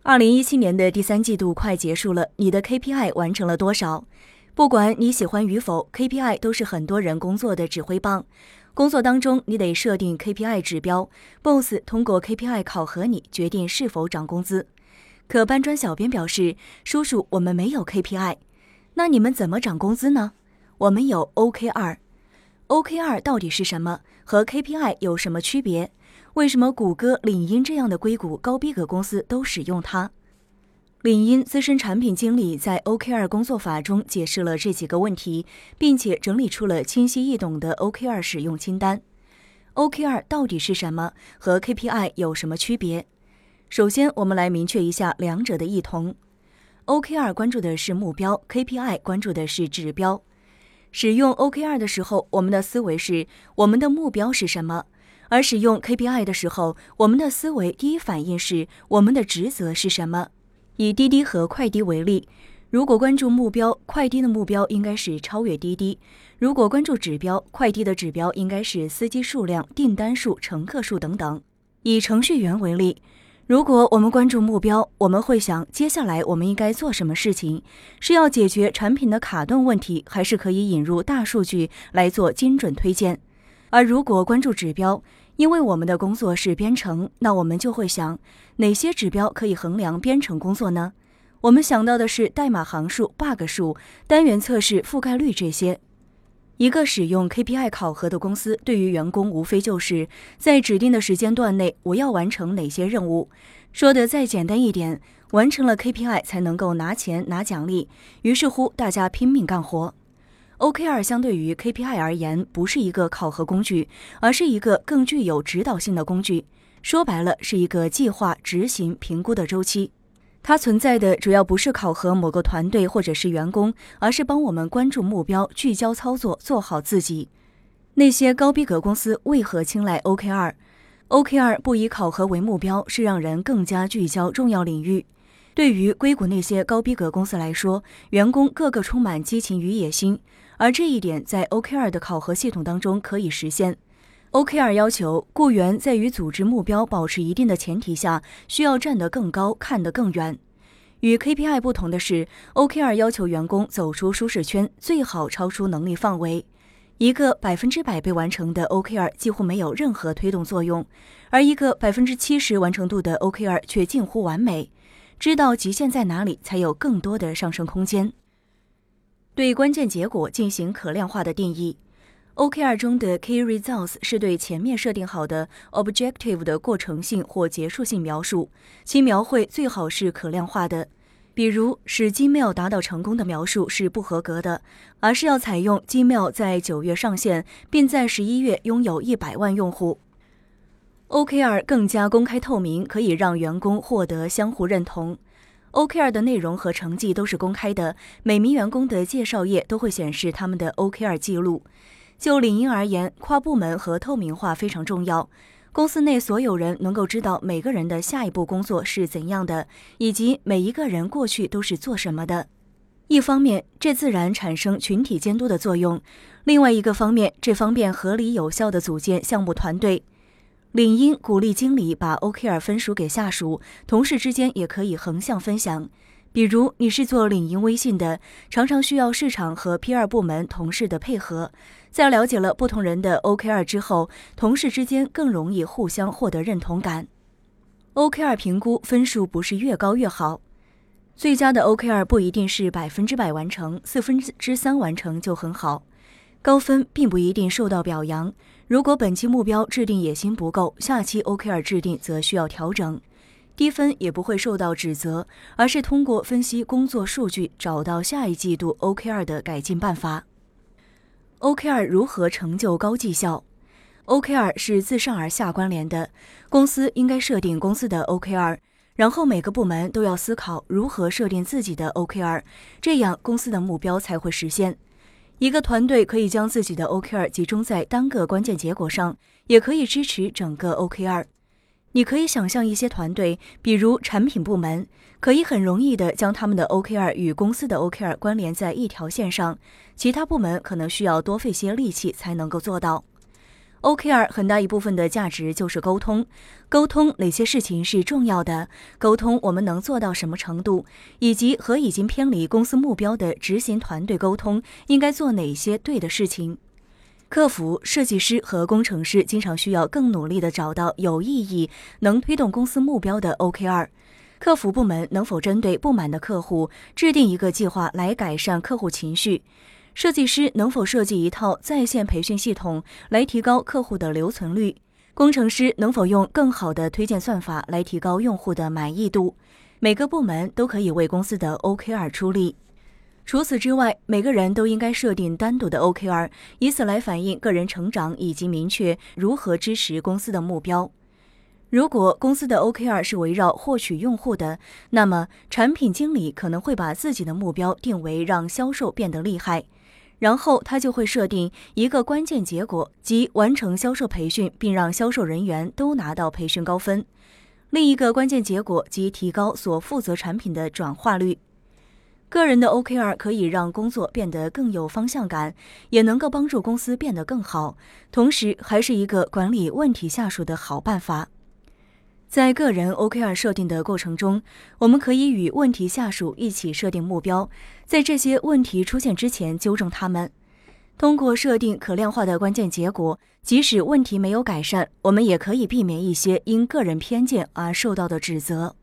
2017年的第3季度快结束了，你的 KPI 完成了多少？不管你喜欢与否， KPI 都是很多人工作的指挥棒。工作当中，你得设定 KPI 指标 ，Boss 通过 KPI 考核你，决定是否涨工资。可搬砖小编表示，叔叔，我们没有 KPI。那你们怎么涨工资呢？我们有 OKR。OKR 到底是什么？和 KPI 有什么区别？为什么谷歌、领英这样的硅谷高逼格公司都使用它？领英资深产品经理在 OKR 工作法中解释了这几个问题，并且整理出了清晰易懂的 OKR 使用清单。OKR 到底是什么？和 KPI 有什么区别？首先，我们来明确一下两者的异同。OKR 关注的是目标， KPI 关注的是指标。使用 OKR 的时候，我们的思维是我们的目标是什么？而使用 KPI 的时候，我们的思维第一反应是我们的职责是什么？以滴滴和快滴为例，如果关注目标，快滴的目标应该是超越滴滴；如果关注指标，快滴的指标应该是司机数量、订单数、乘客数等等。以程序员为例，如果我们关注目标，我们会想接下来我们应该做什么事情，是要解决产品的卡顿问题，还是可以引入大数据来做精准推荐。而如果关注指标，因为我们的工作是编程，那我们就会想哪些指标可以衡量编程工作呢？我们想到的是代码行数、bug 数、单元测试覆盖率这些。一个使用 KPI 考核的公司，对于员工无非就是在指定的时间段内，我要完成哪些任务。说的再简单一点，完成了 KPI 才能够拿钱拿奖励，于是乎大家拼命干活。OKR 相对于 KPI 而言，不是一个考核工具，而是一个更具有指导性的工具。说白了，是一个计划、执行、评估的周期。它存在的主要不是考核某个团队或者是员工，而是帮我们关注目标、聚焦操作、做好自己。那些高逼格公司为何青睐 OKR？OKR 不以考核为目标，是让人更加聚焦重要领域。对于硅谷那些高逼格公司来说，员工个个充满激情与野心，而这一点在 OKR 的考核系统当中可以实现。OKR 要求雇员在与组织目标保持一定的前提下，需要站得更高，看得更远。与 KPI 不同的是， OKR 要求员工走出舒适圈，最好超出能力范围。一个100%被完成的 OKR 几乎没有任何推动作用，而一个70%完成度的 OKR 却近乎完美。知道极限在哪里，才有更多的上升空间。对关键结果进行可量化的定义。OKR 中的 Key Results 是对前面设定好的 Objective 的过程性或结束性描述，其描绘最好是可量化的。比如，使 Gmail 达到成功的描述是不合格的，而是要采用 Gmail 在9月上线，并在11月拥有100万用户。OKR 更加公开透明，可以让员工获得相互认同。OKR 的内容和成绩都是公开的，每名员工的介绍页都会显示他们的 OKR 记录。就领英而言，跨部门和透明化非常重要。公司内所有人能够知道每个人的下一步工作是怎样的，以及每一个人过去都是做什么的。一方面，这自然产生群体监督的作用；另外一个方面，这方便合理有效地组建项目团队。领英鼓励经理把 OKR 分属给下属，同事之间也可以横向分享。比如你是做领英微信的，常常需要市场和 PR 部门同事的配合。在了解了不同人的 OKR 之后，同事之间更容易互相获得认同感。OKR 评估分数不是越高越好。最佳的 OKR 不一定是100%完成，3%完成就很好。高分并不一定受到表扬。如果本期目标制定野心不够，下期 OKR 制定则需要调整。低分也不会受到指责，而是通过分析工作数据，找到下一季度 OKR 的改进办法。OKR 如何成就高绩效？ OKR 是自上而下关联的，公司应该设定公司的 OKR， 然后每个部门都要思考如何设定自己的 OKR， 这样公司的目标才会实现。一个团队可以将自己的 OKR 集中在单个关键结果上，也可以支持整个 OKR。你可以想象一些团队，比如产品部门，可以很容易地将他们的 OKR 与公司的 OKR 关联在一条线上，其他部门可能需要多费些力气才能够做到。 OKR 很大一部分的价值就是沟通，沟通哪些事情是重要的，沟通我们能做到什么程度，以及和已经偏离公司目标的执行团队沟通应该做哪些对的事情。客服、设计师和工程师经常需要更努力地找到有意义、能推动公司目标的 OKR。客服部门能否针对不满的客户制定一个计划来改善客户情绪？设计师能否设计一套在线培训系统来提高客户的留存率？工程师能否用更好的推荐算法来提高用户的满意度？每个部门都可以为公司的 OKR 出力。除此之外，每个人都应该设定单独的 OKR， 以此来反映个人成长以及明确如何支持公司的目标。如果公司的 OKR 是围绕获取用户的，那么产品经理可能会把自己的目标定为让销售变得厉害，然后他就会设定一个关键结果，即完成销售培训并让销售人员都拿到培训高分。另一个关键结果即提高所负责产品的转化率。个人的 OKR 可以让工作变得更有方向感，也能够帮助公司变得更好，同时还是一个管理问题下属的好办法。在个人 OKR 设定的过程中，我们可以与问题下属一起设定目标，在这些问题出现之前纠正它们。通过设定可量化的关键结果，即使问题没有改善，我们也可以避免一些因个人偏见而受到的指责。